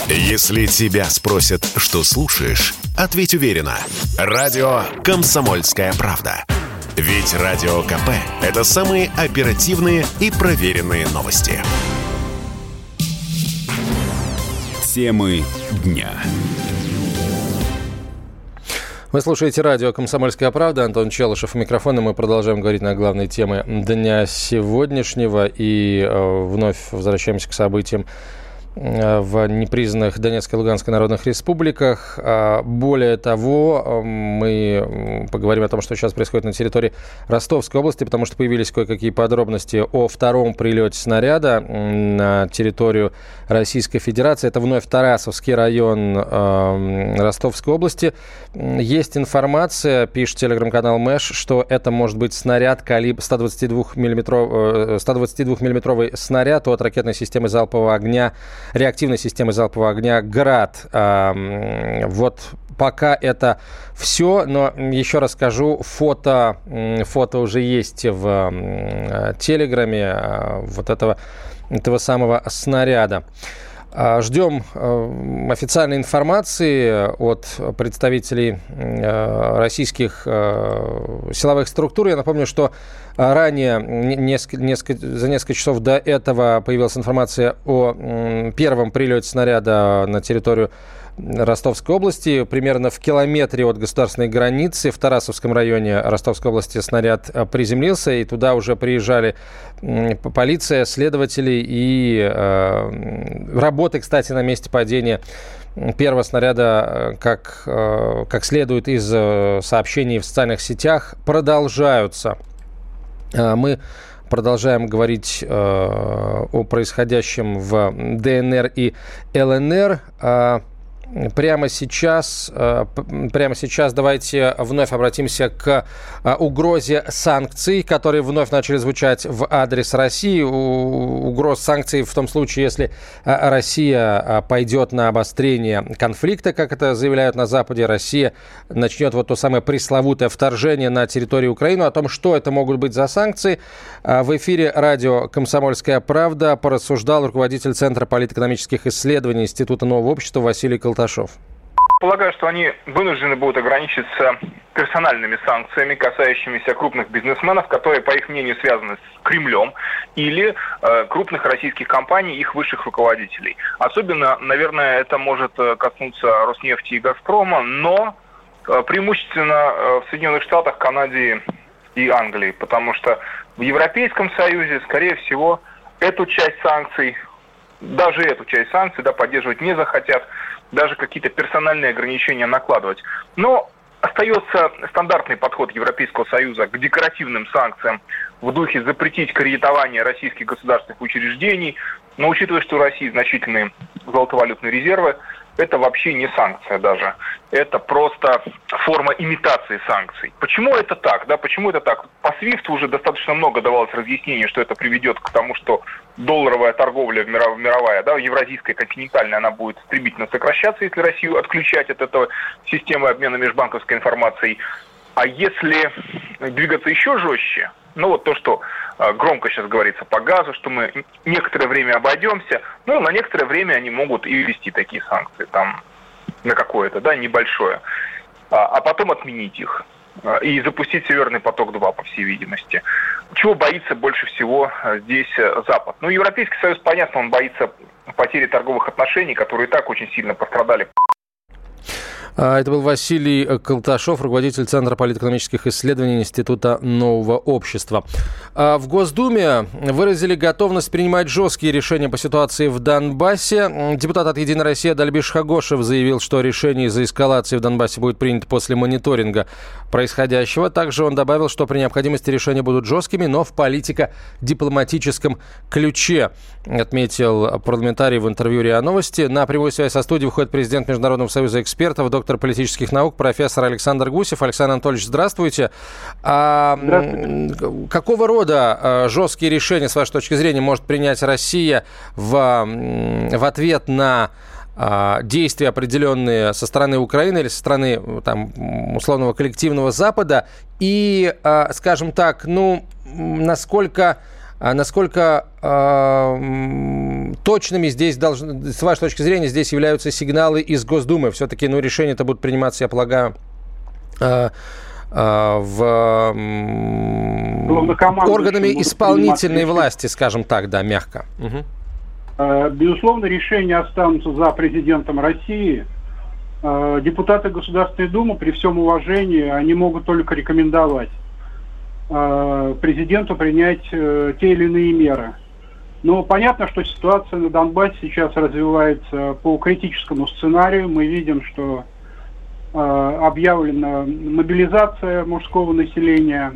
Если тебя спросят, что слушаешь, ответь уверенно. Радио «Комсомольская правда». Ведь Радио КП – это самые оперативные и проверенные новости. Темы дня. Вы слушаете радио «Комсомольская правда». Антон Челышев у микрофона. Мы продолжаем говорить на главные темы дня сегодняшнего. И вновь возвращаемся к событиям в непризнанных Донецкой и Луганской народных республиках. Более того, мы поговорим о том, что сейчас происходит на территории Ростовской области, потому что появились кое-какие подробности о втором прилете снаряда на территорию Российской Федерации. Это вновь Тарасовский район Ростовской области. Есть информация, пишет телеграм-канал Мэш, что это может быть снаряд калибра 122-миллиметровый снаряд от ракетной системы залпового огня, реактивной системы залпового огня «Град». Вот пока это все, но еще раз скажу, фото уже есть в Телеграме вот этого самого снаряда. Ждем официальной информации от представителей российских силовых структур. Я напомню, что ранее, за несколько часов до этого, появилась информация о первом прилете снаряда на территорию Ростовской области. Примерно в километре от государственной границы в Тарасовском районе Ростовской области снаряд приземлился, и туда уже приезжали полиция, следователи и работы, кстати, на месте падения первого снаряда, как следует из сообщений в социальных сетях, продолжаются. Мы продолжаем говорить о происходящем в ДНР и ЛНР. Прямо сейчас давайте вновь обратимся к угрозе санкций, которые вновь начали звучать в адрес России. Угроз санкций в том случае, если Россия пойдет на обострение конфликта, как это заявляют на Западе. Россия начнет вот то самое пресловутое вторжение на территорию Украины. О том, что это могут быть за санкции, в эфире радио «Комсомольская правда» порассуждал руководитель Центра политэкономических исследований Института нового общества Василий Колташов. Полагаю, что они вынуждены будут ограничиться персональными санкциями, касающимися крупных бизнесменов, которые, по их мнению, связаны с Кремлем, или крупных российских компаний, их высших руководителей. Особенно, наверное, это может коснуться Роснефти и Газпрома, но преимущественно в Соединенных Штатах, Канаде и Англии, потому что в Европейском Союзе, скорее всего, эту часть санкций поддерживать не захотят, даже какие-то персональные ограничения накладывать. Но остается стандартный подход Европейского Союза к декоративным санкциям в духе запретить кредитование российских государственных учреждений. Но учитывая, что у России значительные золотовалютные резервы, это вообще не санкция даже. Это просто форма имитации санкций. Почему это так? Почему это так? По SWIFT уже достаточно много давалось разъяснений, что это приведет к тому, что долларовая торговля мировая, евразийская, континентальная, она будет стремительно сокращаться, если Россию отключать от этого системы обмена межбанковской информацией. А если двигаться еще жестче, то, что громко сейчас говорится по газу, что мы некоторое время обойдемся, на некоторое время они могут и ввести такие санкции, на какое-то, небольшое, а потом отменить их и запустить «Северный поток-2», по всей видимости. Чего боится больше всего здесь Запад? Европейский Союз, понятно, он боится потери торговых отношений, которые и так очень сильно пострадали. Это был Василий Колташов, руководитель Центра политэкономических исследований Института нового общества. В Госдуме выразили готовность принимать жесткие решения по ситуации в Донбассе. Депутат от «Единой России» Адальбек Шхагошев заявил, что решение из-за эскалации в Донбассе будет принято после мониторинга происходящего. Также он добавил, что при необходимости решения будут жесткими, но в политико-дипломатическом ключе, отметил парламентарий в интервью РИА Новости. На прямую связь со студией выходит президент Международного союза экспертов, доктор политических наук, профессор Александр Гусев. Александр Анатольевич, здравствуйте. Здравствуйте. Какого рода жесткие решения, с вашей точки зрения, может принять Россия в ответ на действия, определенные со стороны Украины или со стороны условного коллективного Запада? И, скажем так, насколько насколько точными здесь должны, с вашей точки зрения, здесь являются сигналы из Госдумы? Все-таки, решения-то будут приниматься, я полагаю, органами исполнительной власти, скажем так, да, мягко. Безусловно, решения останутся за президентом России. Депутаты Государственной Думы, при всем уважении, они могут только рекомендовать президенту принять те или иные меры. Но понятно, что ситуация на Донбассе сейчас развивается по критическому сценарию. Мы видим, что объявлена мобилизация мужского населения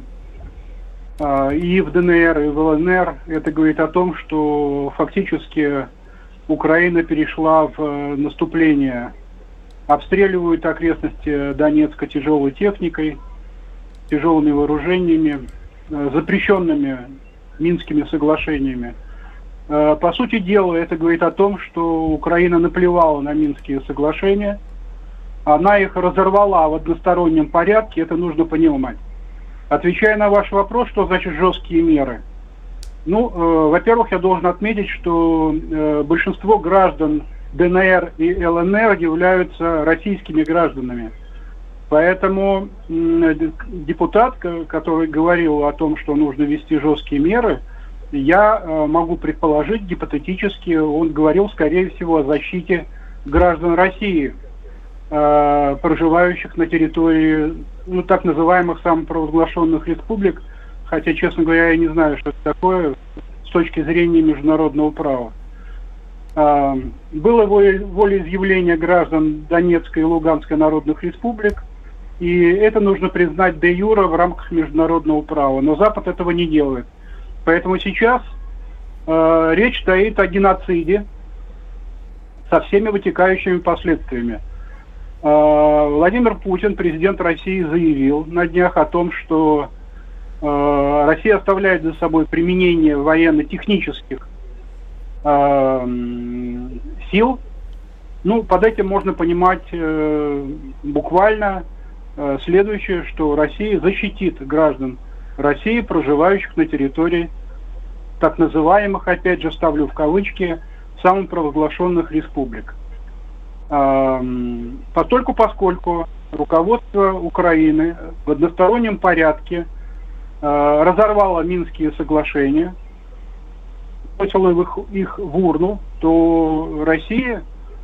и в ДНР, и в ЛНР. Это говорит о том, что фактически Украина перешла в наступление. Обстреливают окрестности Донецка тяжелой техникой, тяжелыми вооружениями, запрещенными Минскими соглашениями. По сути дела, это говорит о том, что Украина наплевала на Минские соглашения. Она их разорвала в одностороннем порядке, это нужно понимать. Отвечая на ваш вопрос, что значит жесткие меры? Во-первых, я должен отметить, что большинство граждан ДНР и ЛНР являются российскими гражданами. Поэтому депутат, который говорил о том, что нужно ввести жесткие меры, я могу предположить, гипотетически, он говорил, скорее всего, о защите граждан России, проживающих на территории так называемых самопровозглашенных республик, хотя, честно говоря, я не знаю, что это такое с точки зрения международного права. Было волеизъявление граждан Донецкой и Луганской народных республик, и это нужно признать де-юре в рамках международного права, но Запад этого не делает. Поэтому сейчас речь стоит о геноциде со всеми вытекающими последствиями. Владимир Путин, президент России, заявил на днях о том, что Россия оставляет за собой применение военно-технических сил. Под этим можно понимать буквально следующее, что Россия защитит граждан России, проживающих на территории так называемых, опять же ставлю в кавычки, самопровозглашенных республик. Поскольку руководство Украины в одностороннем порядке разорвало Минские соглашения, бросило их в урну, то Россия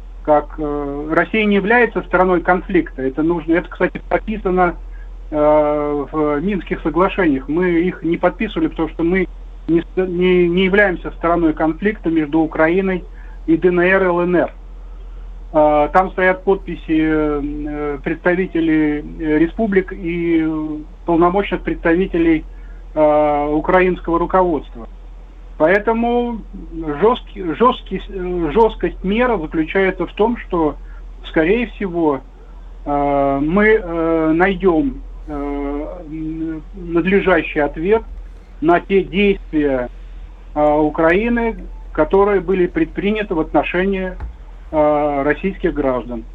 не является стороной конфликта. Это, кстати, прописано в Минских соглашениях. Мы их не подписывали, потому что мы не являемся стороной конфликта между Украиной и ДНР и ЛНР. Там стоят подписи представителей республик и полномочных представителей украинского руководства. Поэтому жесткость меры заключается в том, что, скорее всего, мы найдем надлежащий ответ на те действия Украины, которые были предприняты в отношении российских граждан.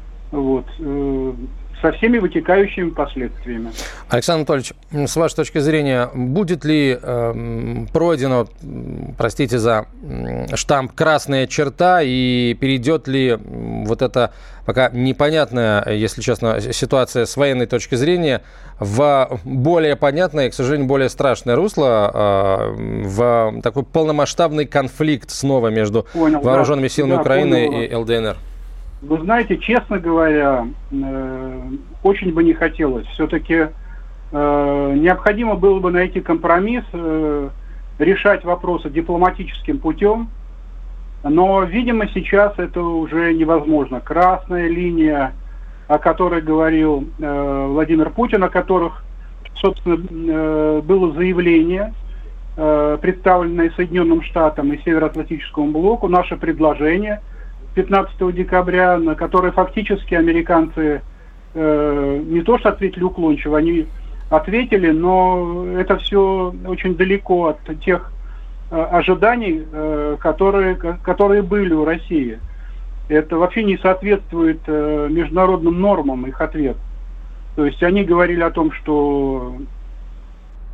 Со всеми вытекающими последствиями. Александр Анатольевич, с вашей точки зрения, будет ли пройдена, простите за штамп, красная черта, и перейдет ли вот эта пока непонятная, если честно, ситуация с военной точки зрения в более понятное и, к сожалению, более страшное русло, в такой полномасштабный конфликт снова между вооруженными силами Украины и ЛДНР? Вы знаете, честно говоря, очень бы не хотелось. Все-таки необходимо было бы найти компромисс, решать вопросы дипломатическим путем, но, видимо, сейчас это уже невозможно. Красная линия, о которой говорил Владимир Путин, о которых, собственно, было заявление, представленное Соединенным Штатам и Североатлантическому блоку, наше предложение 15 декабря, на которое фактически американцы не то что ответили уклончиво, они ответили, но это все очень далеко от тех ожиданий, которые были у России. Это вообще не соответствует международным нормам, их ответ. То есть они говорили о том, что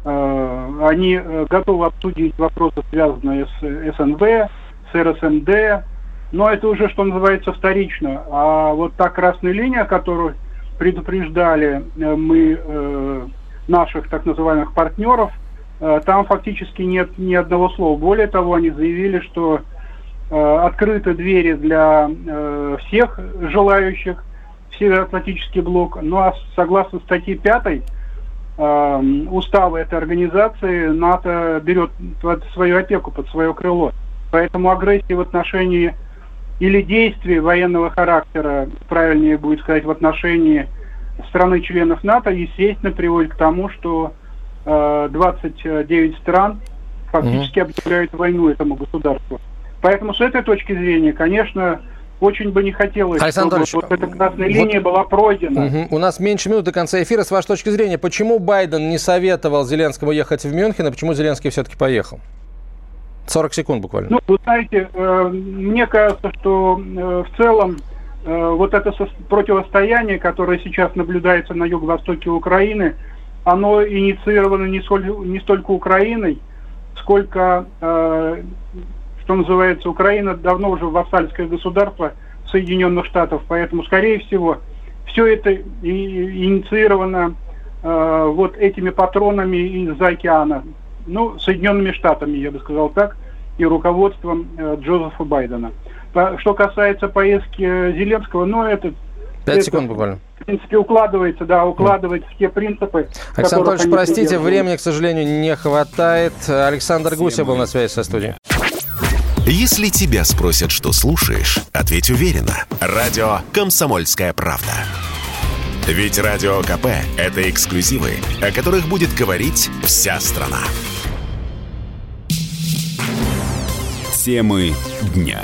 Они готовы обсудить вопросы, связанные с СНВ, с РСМД, но это уже, что называется, вторично. А вот та красная линия, которую предупреждали мы наших так называемых партнеров, там фактически нет ни одного слова. Более того, они заявили, что открыты двери для всех желающих в Североатлантический блок. Ну а согласно статье 5 устава этой организации, НАТО берет под свою опеку, под свое крыло. Поэтому агрессии в отношении или действий военного характера, правильнее будет сказать, в отношении страны-членов НАТО, естественно, приводит к тому, что 29 стран фактически объявляют войну этому государству. Поэтому с этой точки зрения, конечно, очень бы не хотелось, Александр чтобы вот эта красная линия была пройдена. У нас меньше минут до конца эфира. С вашей точки зрения, почему Байден не советовал Зеленскому ехать в Мюнхен, а почему Зеленский все-таки поехал? 40 секунд буквально. Ну, вы знаете, мне кажется, что в целом вот это противостояние, которое сейчас наблюдается на юго-востоке Украины, оно инициировано не столько Украиной, сколько, что называется, Украина давно уже вассальское государство Соединенных Штатов, поэтому, скорее всего, все это инициировано вот этими патронами из-за океана. Ну, Соединенными Штатами, я бы сказал так, и руководством Джозефа Байдена. Что касается поездки Зеленского, ну, это... 5 секунд буквально. В принципе, укладывается в те принципы, Александр Анатольевич, простите, времени, к сожалению, не хватает. Александр Гусев был на связи со студией. Если тебя спросят, что слушаешь, ответь уверенно. Радио «Комсомольская правда». Ведь Радио КП – это эксклюзивы, о которых будет говорить вся страна. Темы дня.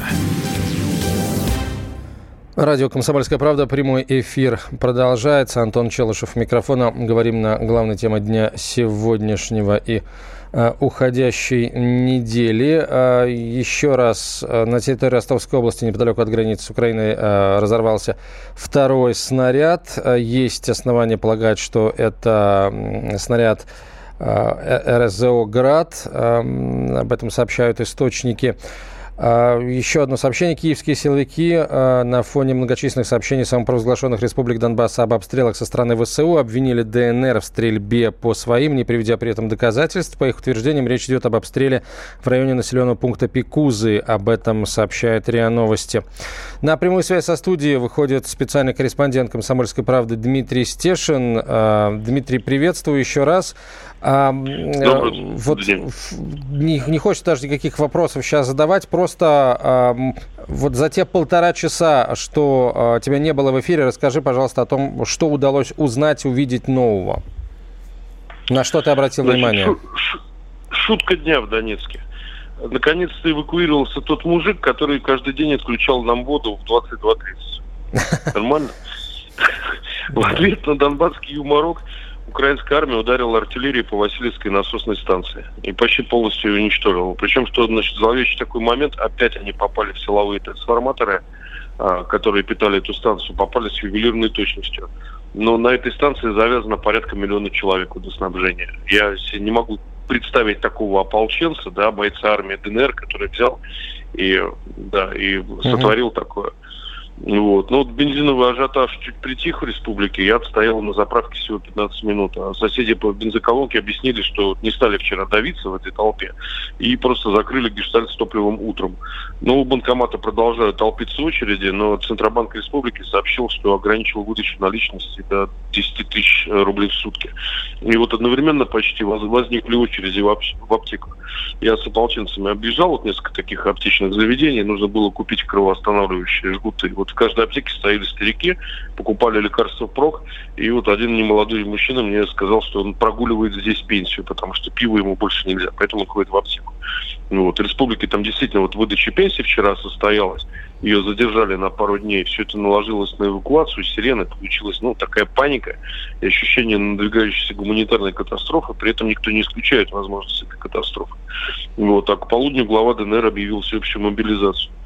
Радио «Комсомольская правда», прямой эфир продолжается. Антон Челышев у микрофона. Говорим на главной теме дня сегодняшнего и уходящей недели. Еще раз, на территории Ростовской области, неподалеку от границы с Украиной, разорвался второй снаряд. Есть основания полагать, что это снаряд РСЗО «Град». Об этом сообщают источники. Еще одно сообщение. Киевские силовики на фоне многочисленных сообщений самопровозглашенных республик Донбасса об обстрелах со стороны ВСУ обвинили ДНР в стрельбе по своим, не приведя при этом доказательств. По их утверждениям, речь идет об обстреле в районе населенного пункта Пикузы. Об этом сообщает РИА Новости. На прямую связь со студией выходит специальный корреспондент «Комсомольской правды» Дмитрий Стешин. Дмитрий, приветствую еще раз. Вот не хочется даже никаких вопросов сейчас задавать, просто вот за те 1,5 часа, что тебя не было в эфире, расскажи, пожалуйста, о том, что удалось узнать, увидеть нового. На что ты обратил внимание? Шутка дня в Донецке. Наконец-то эвакуировался тот мужик, который каждый день отключал нам воду в 22:30. Нормально? В ответ на донбасский юморок украинская армия ударила артиллерией по Васильевской насосной станции и почти полностью ее уничтожила. Причем, что, значит, зловещий такой момент, опять они попали в силовые трансформаторы, которые питали эту станцию, попали с ювелирной точностью. Но на этой станции завязано порядка 1 миллиона человек водоснабжения. Я себе не могу представить такого ополченца, да, бойца армии ДНР, который взял и сотворил такое. Вот. Но вот бензиновый ажиотаж чуть притих в республике. Я отстоял на заправке всего 15 минут. А соседи по бензоколонке объяснили, что не стали вчера давиться в этой толпе и просто закрыли гештальт с топливом утром. Но у банкомата продолжают толпиться очереди, но Центробанк республики сообщил, что ограничил выдачу наличности до 10 тысяч рублей в сутки. И вот одновременно почти возникли очереди в аптеку. Я с ополченцами объезжал вот несколько таких аптечных заведений. Нужно было купить кровоостанавливающие жгуты. Вот в каждой аптеке стояли старики, покупали лекарства впрок. И вот один немолодой мужчина мне сказал, что он прогуливает здесь пенсию, потому что пиво ему больше нельзя, поэтому он ходит в аптеку. Вот. В республике там действительно вот выдача пенсии вчера состоялась. Ее задержали на пару дней. Все это наложилось на эвакуацию, сирены. Получилась такая паника и ощущение надвигающейся гуманитарной катастрофы. При этом никто не исключает возможность этой катастрофы. Вот. А к полудню глава ДНР объявил всеобщую мобилизацию.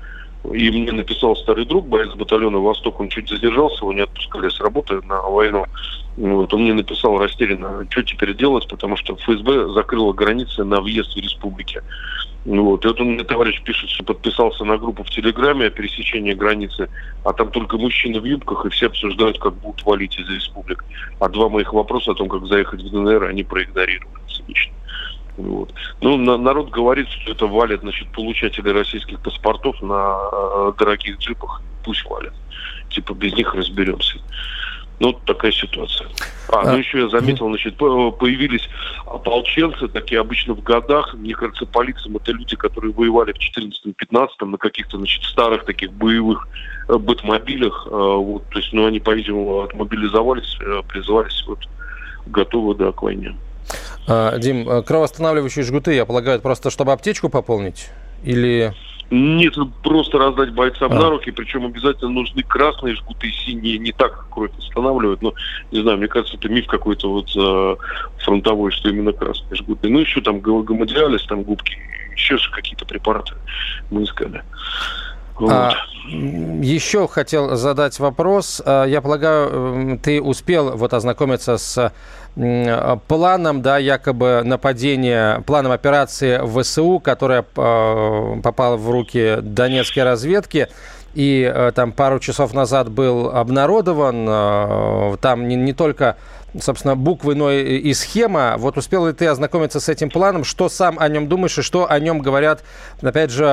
И мне написал старый друг, боец батальона «Восток», он чуть задержался, его не отпускали с работы на войну. Вот, он мне написал растерянно, что теперь делать, потому что ФСБ закрыла границы на въезд в республике. Вот. И вот он мне, товарищ, пишет, что подписался на группу в Телеграме о пересечении границы, а там только мужчины в юбках, и все обсуждают, как будут валить из республик. А два моих вопроса о том, как заехать в ДНР, они проигнорированы цинично. Вот. Ну, народ говорит, что это валят, значит, получатели российских паспортов на дорогих джипах. Пусть валят. Типа, без них разберемся. Ну, вот такая ситуация. Ну еще я заметил, значит, появились ополченцы, такие обычно в годах. Мне кажется, полициям это люди, которые воевали в 14-15 на каких-то, значит, старых таких боевых бэтмобилях. Вот, то есть, ну, они, по-видимому, отмобилизовались, призывались, вот, готовы, да, к войне. Дим, кровоостанавливающие жгуты, я полагаю, просто чтобы аптечку пополнить? Или... Нет, просто раздать бойцам на руки, причем обязательно нужны красные жгуты, синие, не так, как кровь останавливают, но, не знаю, мне кажется, это миф какой-то вот фронтовой, что именно красные жгуты. Ну, еще там гамодиалис, там губки, еще же какие-то препараты мы искали. Вот. Еще хотел задать вопрос. Я полагаю, ты успел вот ознакомиться с планом, да, якобы нападения, планом операции ВСУ, которая попала в руки донецкой разведки. И там пару часов назад был обнародован, там не только, собственно, буквы, но и схема. Вот успел ли ты ознакомиться с этим планом? Что сам о нем думаешь и что о нем говорят, опять же,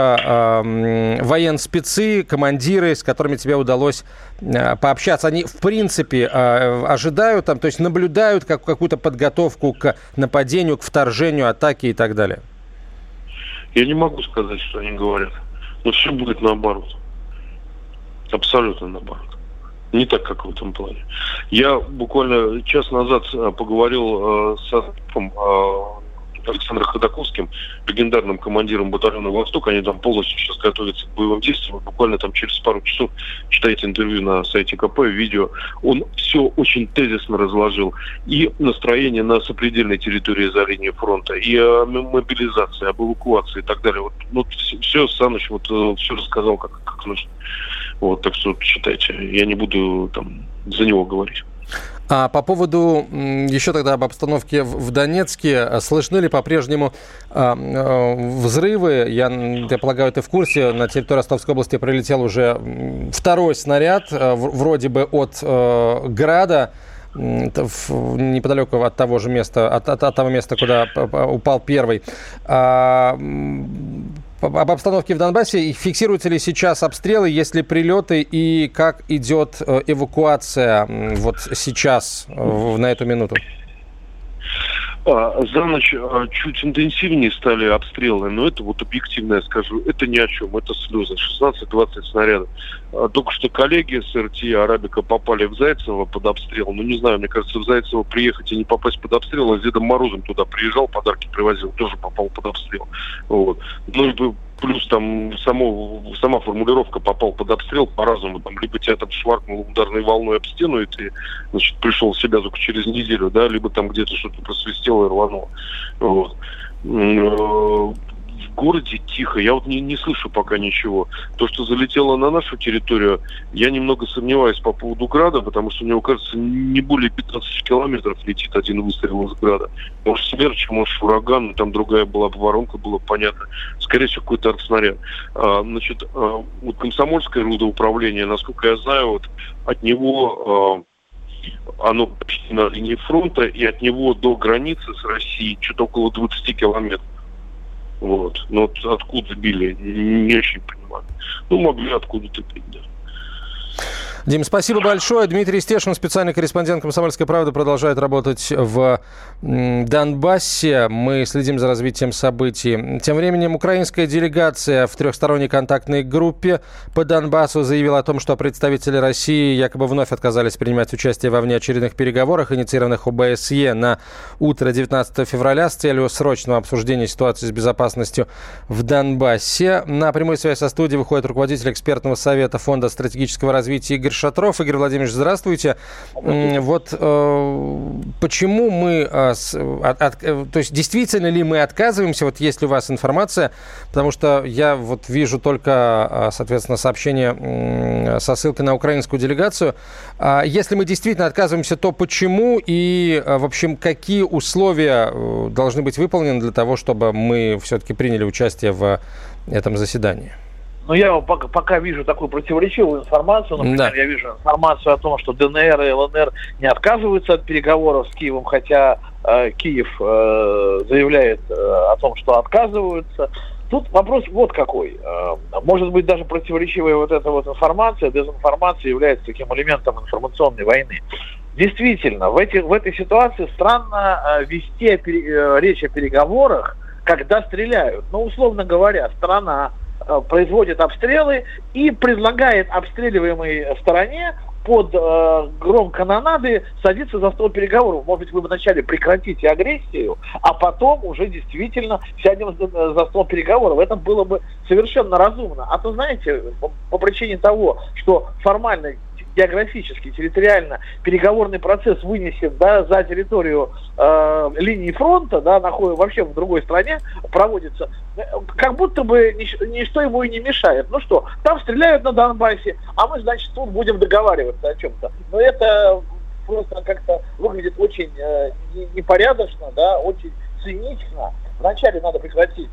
военспецы, командиры, с которыми тебе удалось пообщаться? Они, в принципе, ожидают, там, то есть наблюдают какую-то подготовку к нападению, к вторжению, атаке и так далее? Я не могу сказать, что они говорят. Но все будет наоборот. Абсолютно наоборот. Не так, как в этом плане. Я буквально час назад поговорил с Александром Ходаковским, легендарным командиром батальона «Восток». Они там полностью сейчас готовятся к боевым действиям. Буквально там через пару часов читайте интервью на сайте КП, видео. Он все очень тезисно разложил. И настроение на сопредельной территории за линией фронта, и о мобилизации, об эвакуации и так далее. Вот все Саныч все рассказал, как нужно. Вот, так что читайте. Я не буду там за него говорить. А по поводу еще тогда об обстановке в Донецке, слышны ли по-прежнему взрывы? Я полагаю, ты в курсе, на территории Ростовской области прилетел уже второй снаряд, вроде бы от Града, неподалеку от того же места, от того места, куда упал первый. Об обстановке в Донбассе. Фиксируются ли сейчас обстрелы, есть ли прилеты и как идет эвакуация вот сейчас, на эту минуту? За ночь чуть интенсивнее стали обстрелы, но это вот объективно я скажу, это ни о чем, это слезы, 16-20 снарядов. Только что коллеги с РТ «Арабика» попали в Зайцево под обстрел. Ну, не знаю, мне кажется, в Зайцево приехать и не попасть под обстрел, а с Дедом Морозом туда приезжал, подарки привозил, тоже попал под обстрел. Вот. Ну, и плюс там сама формулировка «попал под обстрел» по-разному. Там, либо тебя там шваркнуло ударной волной об стену, и ты, значит, пришел в себя только через неделю, да, либо там где-то что-то просвистело и рвануло. Вот. В городе тихо, я вот не слышу пока ничего. То, что залетело на нашу территорию, я немного сомневаюсь по поводу Града, потому что, мне кажется, не более 15 километров летит один выстрел из Града. Может, смерч, может, ураган, там другая была воронка, было понятно. Скорее всего, какой-то артснаряд. Значит, вот Комсомольское рудоуправление, насколько я знаю, вот от него... оно почти на линии фронта, и от него до границы с Россией что-то около 20 километров. Вот. Но вот откуда били, не очень понимаю. Ну, могли откуда-то бить, да. Дим, спасибо большое. Дмитрий Стешин, специальный корреспондент «Комсомольской правды», продолжает работать в Донбассе. Мы следим за развитием событий. Тем временем украинская делегация в трехсторонней контактной группе по Донбассу заявила о том, что представители России якобы вновь отказались принимать участие во внеочередных переговорах, инициированных ОБСЕ на утро 19 февраля с целью срочного обсуждения ситуации с безопасностью в Донбассе. На прямую связь со студией выходит руководитель экспертного совета Фонда стратегического развития Игорь Игорь Шатров. Игорь Владимирович, здравствуйте. Вот почему мы... То есть действительно ли мы отказываемся? Вот есть ли у вас информация? Потому что я вот вижу только, соответственно, сообщение со ссылкой на украинскую делегацию. Если мы действительно отказываемся, то почему? И, в общем, какие условия должны быть выполнены для того, чтобы мы все-таки приняли участие в этом заседании? Ну, я пока вижу такую противоречивую информацию. Например, я вижу информацию о том, что ДНР и ЛНР не отказываются от переговоров с Киевом, хотя Киев заявляет о том, что отказываются. Тут вопрос вот какой. Может быть, даже противоречивая вот эта вот информация, дезинформация является таким элементом информационной войны. Действительно, в этой ситуации странно вести речь о переговорах, когда стреляют. Ну, условно говоря, страна производит обстрелы и предлагает обстреливаемой стороне под гром канонады садиться за стол переговоров. Может быть, вы вначале прекратите агрессию, а потом уже действительно сядем за стол переговоров. Это было бы совершенно разумно. А то, знаете, по причине того, что формально, географически, территориально переговорный процесс вынесен, да, за территорию линии фронта, да, находится вообще в другой стране, проводится, как будто бы ничто ему и не мешает. Ну что, там стреляют на Донбассе, а мы, значит, тут будем договариваться о чем-то. Но это просто как-то выглядит очень непорядочно, да, очень цинично. Вначале надо прекратить,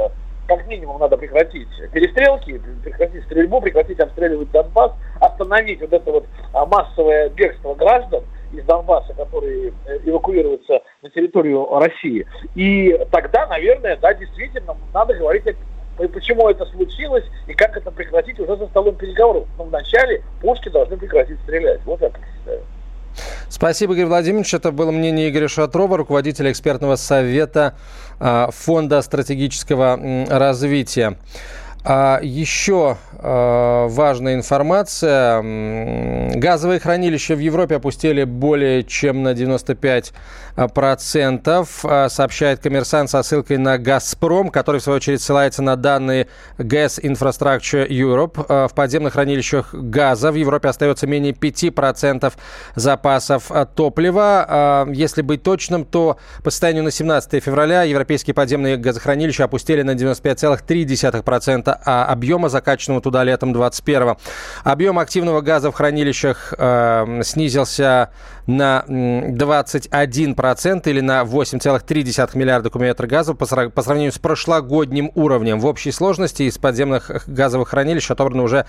как минимум надо прекратить перестрелки, прекратить стрельбу, прекратить обстреливать Донбасс, остановить вот это вот массовое бегство граждан из Донбасса, которые эвакуируются на территорию России. И тогда, наверное, да, действительно, надо говорить, почему это случилось и как это прекратить уже за столом переговоров. Но вначале пушки должны прекратить стрелять. Вот я представляю. Спасибо, Игорь Владимирович. Это было мнение Игоря Шатрова, руководителя экспертного совета Фонда стратегического развития. Еще важная информация. Газовые хранилища в Европе опустели более чем на 95%, сообщает «Коммерсант» со ссылкой на «Газпром», который, в свою очередь, ссылается на данные Gas Infrastructure Europe. В подземных хранилищах газа в Европе остается менее 5% запасов топлива. Если быть точным, то по состоянию на 17 февраля европейские подземные газохранилища опустили на 95,3% объема, закачанного туда летом 2021. Объем активного газа в хранилищах снизился на 21% или на 8,3 миллиарда кубометров газа по сравнению с прошлогодним уровнем. В общей сложности из подземных газовых хранилищ отобрано уже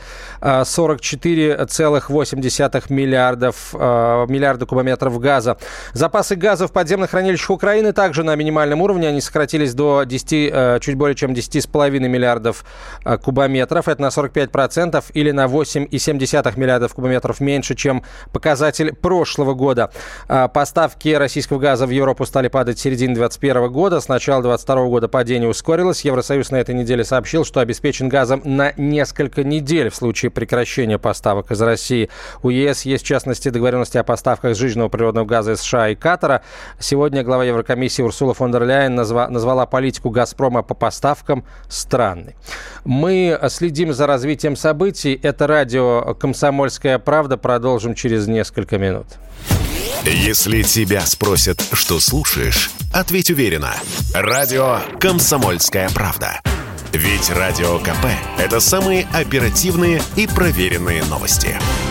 44,8 миллиарда кубометров газа. Запасы газа в подземных хранилищах Украины также на минимальном уровне. Они сократились до чуть более чем 10,5 миллиардов кубометров. Это на 45% или на 8,7 миллиардов кубометров меньше, чем показатель прошлого года. Поставки российского газа в Европу стали падать с середины 2021 года. С начала 2022 года падение ускорилось. Евросоюз на этой неделе сообщил, что обеспечен газом на несколько недель в случае прекращения поставок из России. У ЕС есть, в частности, договоренности о поставках сжиженного природного газа из США и Катара. Сегодня глава Еврокомиссии Урсула фон дер Ляйен назвала политику «Газпрома» по поставкам странной. Мы следим за развитием событий. Это радио «Комсомольская правда». Продолжим через несколько минут. Если тебя спросят, что слушаешь, ответь уверенно. Радио «Комсомольская правда». Ведь Радио КП – это самые оперативные и проверенные новости.